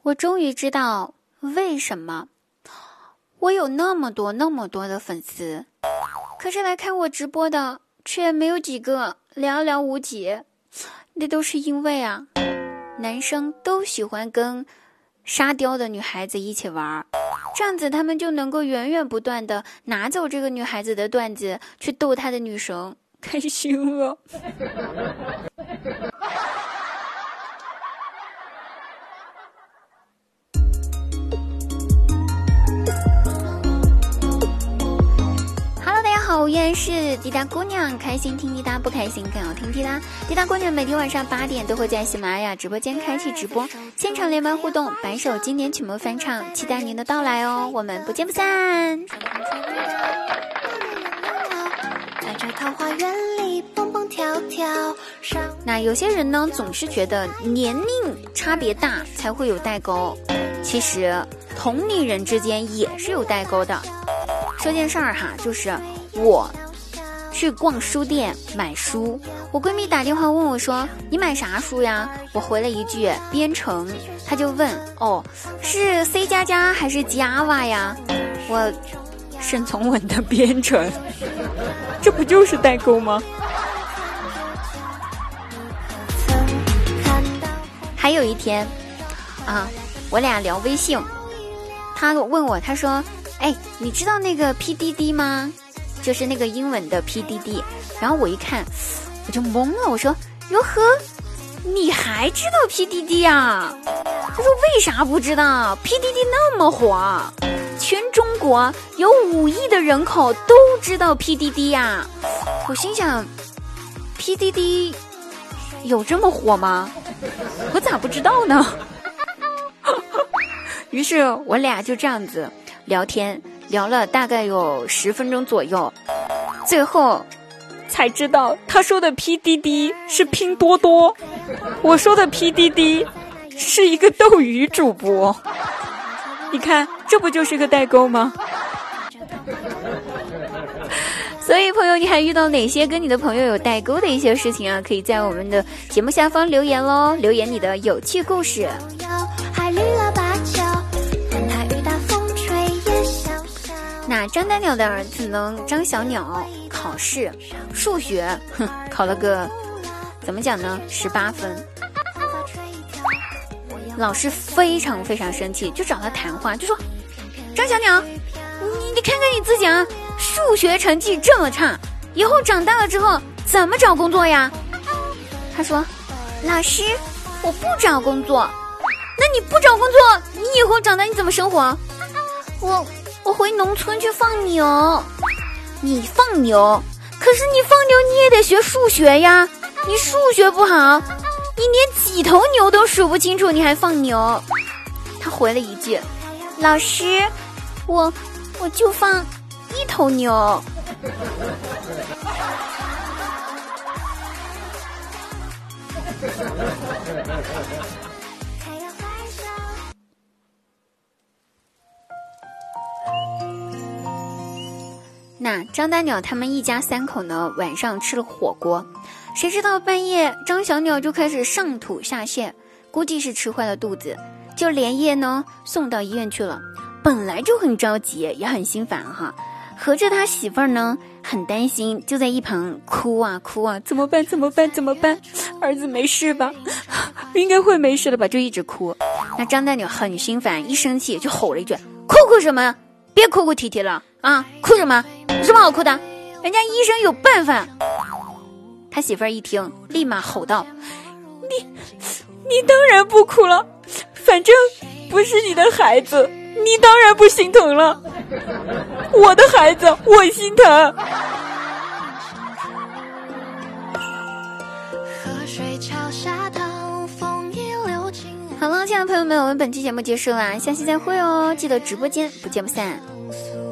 我终于知道为什么我有那么多的粉丝，可是来看我直播的却没有几个，寥寥无几。那都是因为啊，男生都喜欢跟沙雕的女孩子一起玩，这样子他们就能够源源不断的拿走这个女孩子的段子去逗她的女神，开心了。我依然是滴答姑娘，开心听滴答，不开心更要听滴答。滴答姑娘每天晚上8点都会在喜马拉雅直播间开启直播，现场连麦互动，百首经典曲目翻唱，期待您的到来哦，我们不见不散。在这桃花源里蹦蹦跳跳。那有些人呢，总是觉得年龄差别大才会有代沟，其实同龄人之间也是有代沟的。说件事儿哈，就是我去逛书店买书，我闺蜜打电话问我说你买啥书呀？我回了一句编程，她就问哦是 C++ 还是 Java 呀？我顺从稳的编程，这不就是代沟吗？还有一天啊，我俩聊微信，她问我，她说哎，你知道那个 PDD 吗？就是那个英文的 PDD。然后我一看，我就懵了，我说哟呵，你还知道 PDD 啊？他说为啥不知道 PDD 那么火，全中国有5亿的人口都知道 PDD 呀。我心想 PDD 有这么火吗？我咋不知道呢？于是我俩就这样子聊天，聊了大概有10分钟左右，最后才知道他说的 PDD 是拼多多，我说的 PDD 是一个斗鱼主播。你看这不就是个代沟吗？所以朋友，你还遇到哪些跟你的朋友有代沟的一些事情啊？可以在我们的节目下方留言咯，留言你的有趣故事。那张大鸟的儿子呢，张小鸟考试数学考了个怎么讲呢18分，老师非常非常生气，就找他谈话，就说张小鸟，你看看你自己啊，数学成绩这么差，以后长大了之后怎么找工作呀？他说老师，我不找工作。那你不找工作，你以后长大你怎么生活？我回农村去放牛。你放牛？可是你放牛你也得学数学呀，你数学不好，你连几头牛都数不清楚，你还放牛？他回了一句，老师，我就放1头牛。那张大鸟他们一家3口呢，晚上吃了火锅，谁知道半夜张小鸟就开始上吐下泻，估计是吃坏了肚子，就连夜呢送到医院去了。本来就很着急也很心烦哈，合着他媳妇儿呢很担心，就在一旁哭啊，怎么办？儿子没事吧？应该会没事了吧？就一直哭。那张大鸟很心烦，一生气就吼了一句，哭什么？别哭哭啼啼了啊！哭什么？有什么好哭的？人家医生有办法。他媳妇儿一听，立马吼道：你当然不哭了，反正不是你的孩子，你当然不心疼了。我的孩子，我心疼。好了，亲爱的朋友们，我们本期节目结束啦，下期再会哦！记得直播间不见不散。